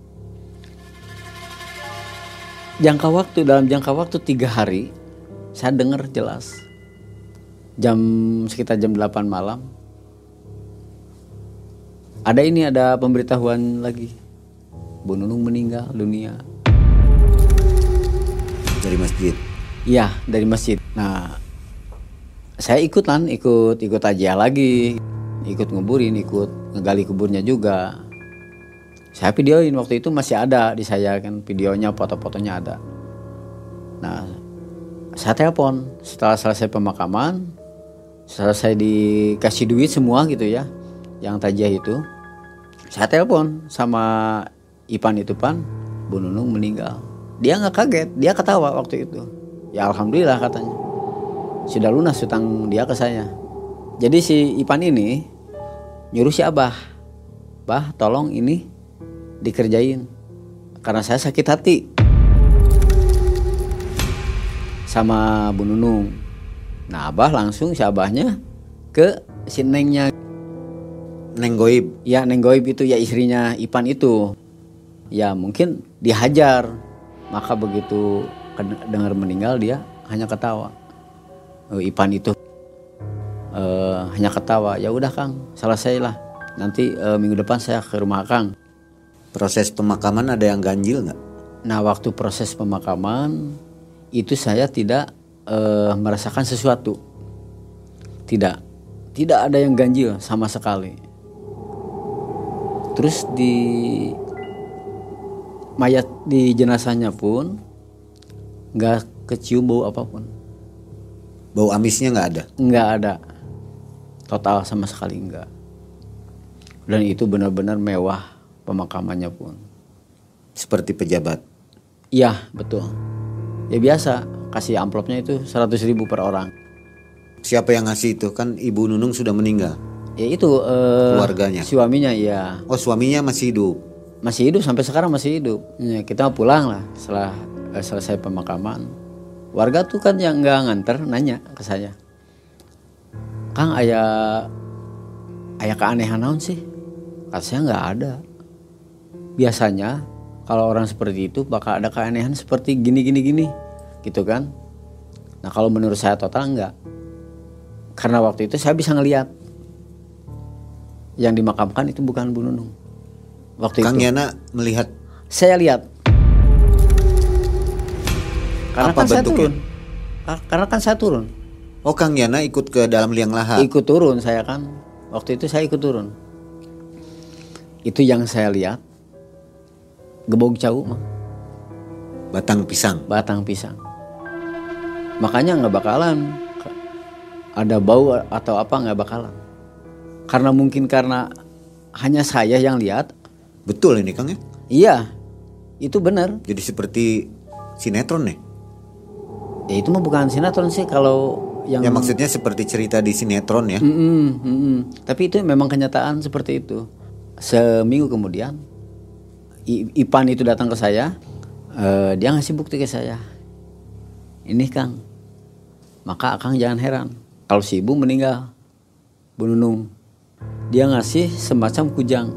Dalam jangka waktu 3 hari saya dengar jelas. Sekitar jam 8 malam. Ada pemberitahuan lagi. Bu Nunung meninggal dunia. Dari masjid. Iya, dari masjid. Nah, saya ikut aja lagi. Ikut nguburin, ikut ngegali kuburnya juga. Saya videoin, waktu itu masih ada di saya kan videonya, foto-fotonya ada. Nah, saya telepon setelah selesai pemakaman, selesai dikasih duit semua gitu ya, yang tajiah itu. Saya telepon sama Ipan itu, Pan, Bu Nunung meninggal. Dia nggak kaget, dia ketawa waktu itu. Ya alhamdulillah katanya, sudah lunas hutang dia ke saya. Jadi si Ipan ini nyuruh si Abah, Bah tolong ini dikerjain karena saya sakit hati sama Bu Nunung. Nah Abah langsung si Abahnya ke si Nengnya, Neng Goib. ya Neng Goib itu ya istrinya Ipan itu. Ya mungkin dihajar, maka begitu dengar meninggal dia hanya ketawa. Ipan itu hanya ketawa. Ya udah Kang, selesailah. Nanti minggu depan saya ke rumah Kang. Proses pemakaman ada yang ganjil nggak? Nah waktu proses pemakaman itu saya tidak merasakan sesuatu. Tidak ada yang ganjil sama sekali. Terus di mayat di jenazahnya pun nggak kecium bau apapun. Bau amisnya nggak ada? Nggak ada, total sama sekali nggak. Dan itu benar-benar mewah pemakamannya pun. Seperti pejabat? Iya betul. Ya biasa, kasih amplopnya itu 100.000 per orang. Siapa yang ngasih itu? Kan Ibu Nunung sudah meninggal. Ya itu keluarganya? Suaminya ya. Oh suaminya masih hidup? Masih hidup, sampai sekarang masih hidup. Ya, kita pulang lah setelah selesai pemakaman. Warga tuh kan yang nggak nganter nanya ke saya, Kang aya keanehan naon sih? Kata saya nggak ada. Biasanya kalau orang seperti itu bakal ada keanehan seperti gini gitu kan. Nah kalau menurut saya total enggak, karena waktu itu saya bisa ngelihat yang dimakamkan itu bukan Bu Nunung. Waktu Kang itu Yana melihat? Saya lihat. Karena apa kan saya bentuknya? turun. Karena kan saya turun. Oh Kang Yana ikut ke dalam liang lahat? Ikut turun saya kan. Waktu itu saya ikut turun. Itu yang saya lihat. Gebog cau mah. Batang pisang? Batang pisang. Makanya gak bakalan ada bau atau apa, gak bakalan. Karena mungkin karena hanya saya yang lihat. Betul ini Kang ya? Iya, itu benar. Jadi seperti sinetron nih? Ya itu mah bukan sinetron sih kalau yang. Ya maksudnya seperti cerita di sinetron ya? Tapi itu memang kenyataan seperti itu. Seminggu kemudian Ipan itu datang ke saya, dia ngasih bukti ke saya. Ini Kang, maka Akang jangan heran kalau si ibu meninggal, Bu Nunung. Dia ngasih semacam kujang.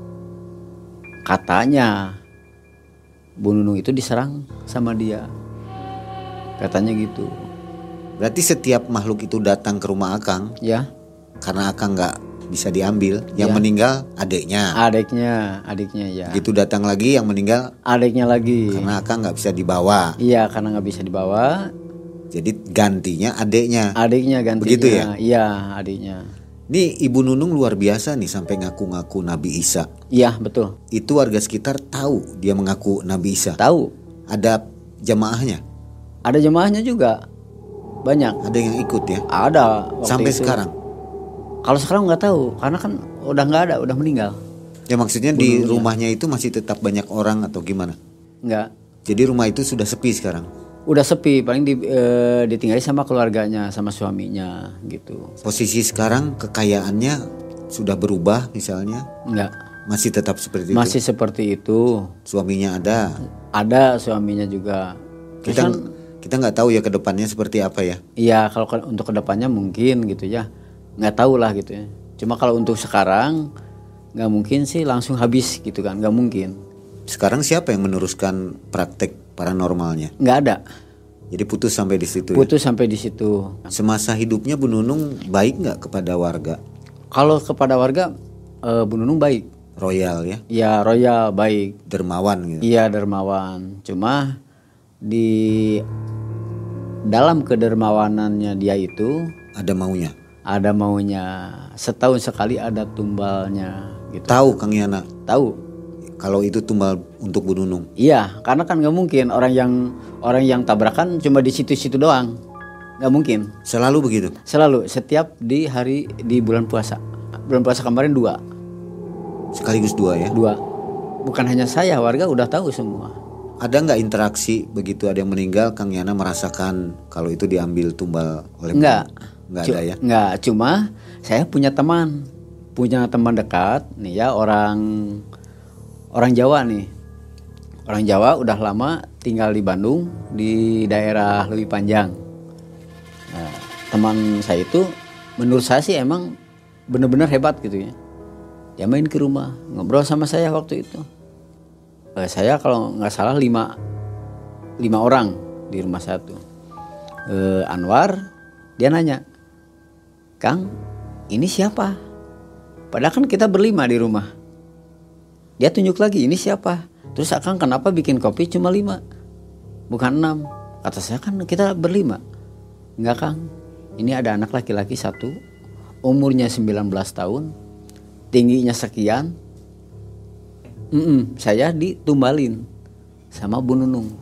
Katanya Bu Nunung itu diserang sama dia. Katanya gitu. Berarti setiap makhluk itu datang ke rumah Akang, Ya. karena Akang nggak bisa diambil, yang Ya. meninggal adiknya. Adiknya ya. Begitu datang lagi yang meninggal Adiknya lagi. karena Akang nggak bisa dibawa. Iya, karena nggak bisa dibawa. Jadi gantinya adiknya. Adiknya gantinya. Begitu ya? Iya, adiknya. Nih Ibu Nunung luar biasa nih sampai ngaku-ngaku Nabi Isa. Iya, betul. Itu warga sekitar tahu dia mengaku Nabi Isa. Tahu. Ada jamaahnya? Ada jemaahnya juga. Banyak. Ada yang ikut ya? Ada waktu Sampai itu. sekarang? Kalau sekarang nggak tahu, karena kan udah nggak ada, udah meninggal. Ya maksudnya di rumahnya itu masih tetap banyak orang atau gimana? Nggak. Jadi rumah itu sudah sepi sekarang? Udah sepi, paling ditinggali sama keluarganya, sama suaminya gitu. Posisi sekarang kekayaannya sudah berubah misalnya? Nggak. Masih tetap seperti itu? Masih seperti itu. Suaminya ada? Ada suaminya juga. Terus Kita kan Kita nggak tahu ya ke depannya seperti apa ya. Iya, kalau untuk kedepannya mungkin gitu ya, nggak tahu lah gitu ya. Cuma kalau untuk sekarang nggak mungkin sih langsung habis gitu kan, nggak mungkin. Sekarang siapa yang meneruskan praktek paranormalnya? Nggak ada. Jadi putus sampai di situ. Putus sampai di situ. Semasa hidupnya Bu Nunung baik nggak kepada warga? Kalau kepada warga, Bu Nunung baik. Royal ya? Ya royal baik. Dermawan gitu. Iya dermawan. Cuma di dalam kedermawanannya dia itu Ada maunya. ada maunya. Setahun sekali ada tumbalnya gitu. Tahu Kang Yana Tahu? kalau itu tumbal untuk Bu Nunung. Iya, karena kan nggak mungkin orang yang tabrakan cuma di situ-situ doang. Nggak mungkin. Selalu begitu. Selalu setiap di bulan puasa. Bulan puasa kemarin 2. Sekaligus 2 ya. 2. Bukan hanya saya, warga udah tahu semua. Ada nggak interaksi begitu ada yang meninggal Kang Yana merasakan kalau itu diambil tumbal oleh Bu Enggak. Nunung? Nggak ada ya. Enggak, cuma saya punya teman dekat nih ya, orang Jawa nih. Orang Jawa udah lama tinggal di Bandung di daerah Leuwi Panjang. Nah, teman saya itu menurut saya sih emang benar-benar hebat gitu ya. Dia main ke rumah ngobrol sama saya waktu itu. Saya kalau nggak salah 5 orang di rumah saya tuh. Anwar, dia nanya, Kang, ini siapa? Padahal kan kita berlima di rumah. Dia tunjuk lagi, ini siapa? Terus Kang kenapa bikin kopi cuma 5? Bukan 6. Kata saya kan kita berlima. Enggak Kang, ini ada anak laki-laki 1, umurnya 19 tahun, tingginya sekian. Saya ditumbalin sama Bu Nunung.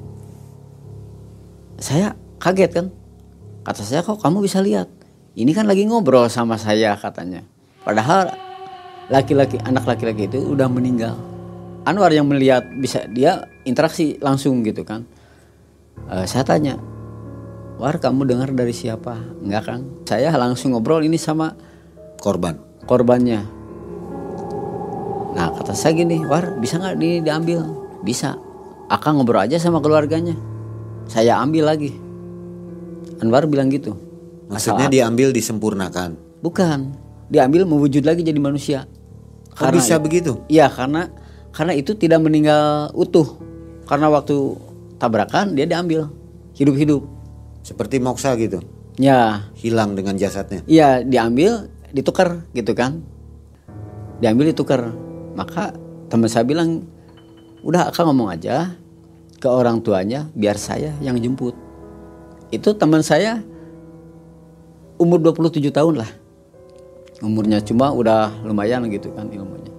Saya kaget kan. Kata saya, kok kamu bisa lihat? Ini kan lagi ngobrol sama saya katanya. Padahal anak laki-laki itu udah meninggal. Anwar yang melihat, bisa dia interaksi langsung gitu kan. Saya tanya, War kamu dengar dari siapa? Enggak Kang. Saya langsung ngobrol ini sama korbannya. Nah kata saya gini, War bisa gak ini diambil? Bisa. Akang ngobrol aja sama keluarganya, saya ambil lagi. Anwar bilang gitu. Maksudnya diambil disempurnakan? Bukan, diambil mewujud lagi jadi manusia. Kok bisa begitu? Iya karena itu tidak meninggal utuh. Karena waktu tabrakan dia diambil hidup-hidup. Seperti moksa gitu? Ya. Hilang dengan jasadnya? Iya diambil, ditukar gitu kan. Diambil ditukar. Maka teman saya bilang, udah Akang ngomong aja ke orang tuanya biar saya yang jemput. Itu teman saya umur 27 tahun lah umurnya, cuma udah lumayan gitu kan ilmunya.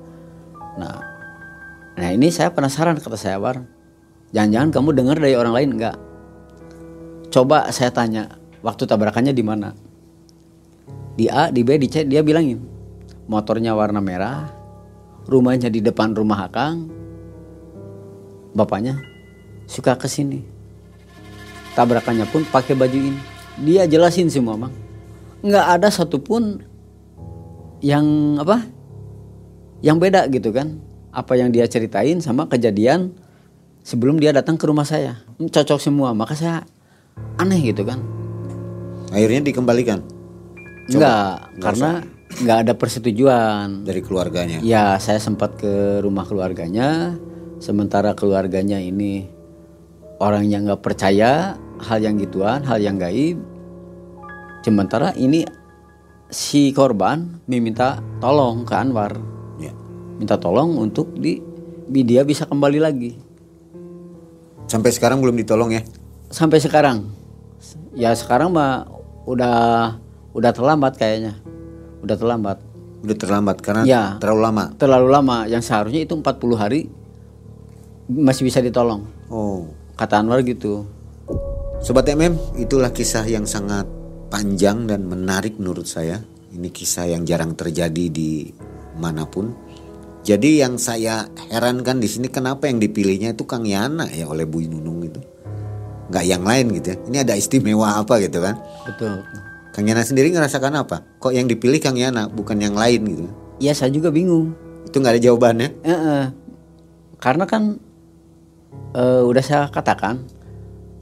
Nah ini saya penasaran, kata saya, War, jangan-jangan kamu dengar dari orang lain? Enggak. Coba saya tanya, waktu tabrakannya di mana? Di A, di B, di C. Dia bilangin motornya warna merah, rumahnya di depan rumah Akang, bapaknya suka kesini, tabrakannya pun pakai baju ini. Dia jelasin semua, Bang. Nggak ada satupun yang beda gitu kan. Apa yang dia ceritain sama kejadian sebelum dia datang ke rumah saya, cocok semua. Maka saya aneh gitu kan. Akhirnya dikembalikan? Enggak, karena nggak ada persetujuan dari keluarganya. Ya saya sempat ke rumah keluarganya. Sementara keluarganya ini orang yang nggak percaya hal yang gituan, hal yang gaib. Sementara ini si korban meminta tolong ke Anwar, ya. Minta tolong untuk dia bisa kembali lagi. Sampai sekarang belum ditolong ya? Sampai sekarang, ya sekarang mah udah terlambat kayaknya, udah terlambat karena ya, terlalu lama. Yang seharusnya itu 40 hari masih bisa ditolong. Oh, kata Anwar gitu. Sobat MM, itulah kisah yang sangat panjang dan menarik menurut saya. Ini kisah yang jarang terjadi di manapun. Jadi yang saya herankan di sini, kenapa yang dipilihnya itu Kang Yana ya oleh Bu Nunung itu, nggak yang lain gitu ya. Ini ada istimewa apa gitu kan? Betul. Kang Yana sendiri ngerasakan apa? Kok yang dipilih Kang Yana bukan yang lain gitu? Iya saya juga bingung. Itu nggak ada jawabannya? Karena kan udah saya katakan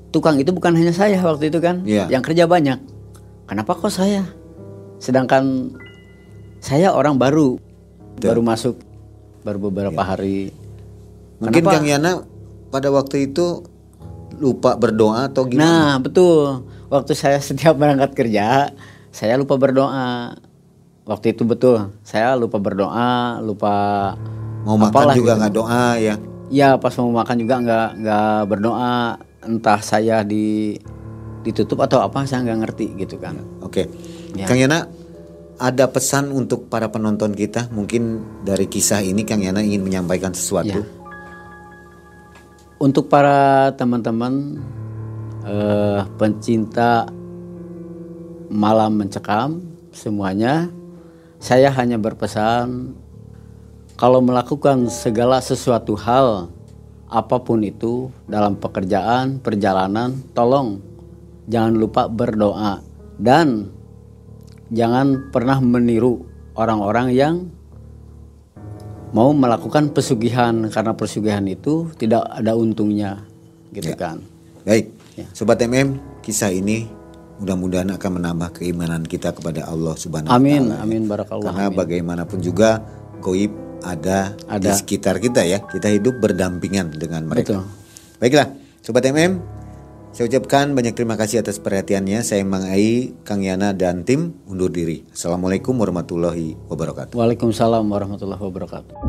tukang itu bukan hanya saya waktu itu kan, yang kerja banyak. Kenapa kok saya? Sedangkan saya orang baru masuk, baru beberapa hari. Mungkin Kang Yana pada waktu itu lupa berdoa atau gimana? Nah betul, waktu saya setiap berangkat kerja, saya lupa berdoa. Waktu itu betul, saya lupa berdoa, lupa mau makan juga nggak doa ya? Ya pas mau makan juga nggak berdoa, entah saya ditutup atau apa saya nggak ngerti gitu kan. Oke, Kang Yana, ada pesan untuk para penonton kita? Mungkin dari kisah ini Kang Yana ingin menyampaikan sesuatu. Untuk para teman-teman pencinta malam mencekam semuanya, saya hanya berpesan, kalau melakukan segala sesuatu hal apapun itu dalam pekerjaan, perjalanan, tolong jangan lupa berdoa dan jangan pernah meniru orang-orang yang mau melakukan pesugihan, karena pesugihan itu tidak ada untungnya gitu kan. Baik, Sobat kisah ini mudah-mudahan akan menambah keimanan kita kepada Allah Subhanahu wa Ta'ala. Amin barakallah. Karena bagaimanapun juga goib ada di sekitar kita ya. Kita hidup berdampingan dengan mereka. Betul. Baiklah, Sobat saya ucapkan banyak terima kasih atas perhatiannya. Saya Mang Ai, Kang Yana dan tim undur diri. Assalamualaikum warahmatullahi wabarakatuh. Waalaikumsalam warahmatullahi wabarakatuh.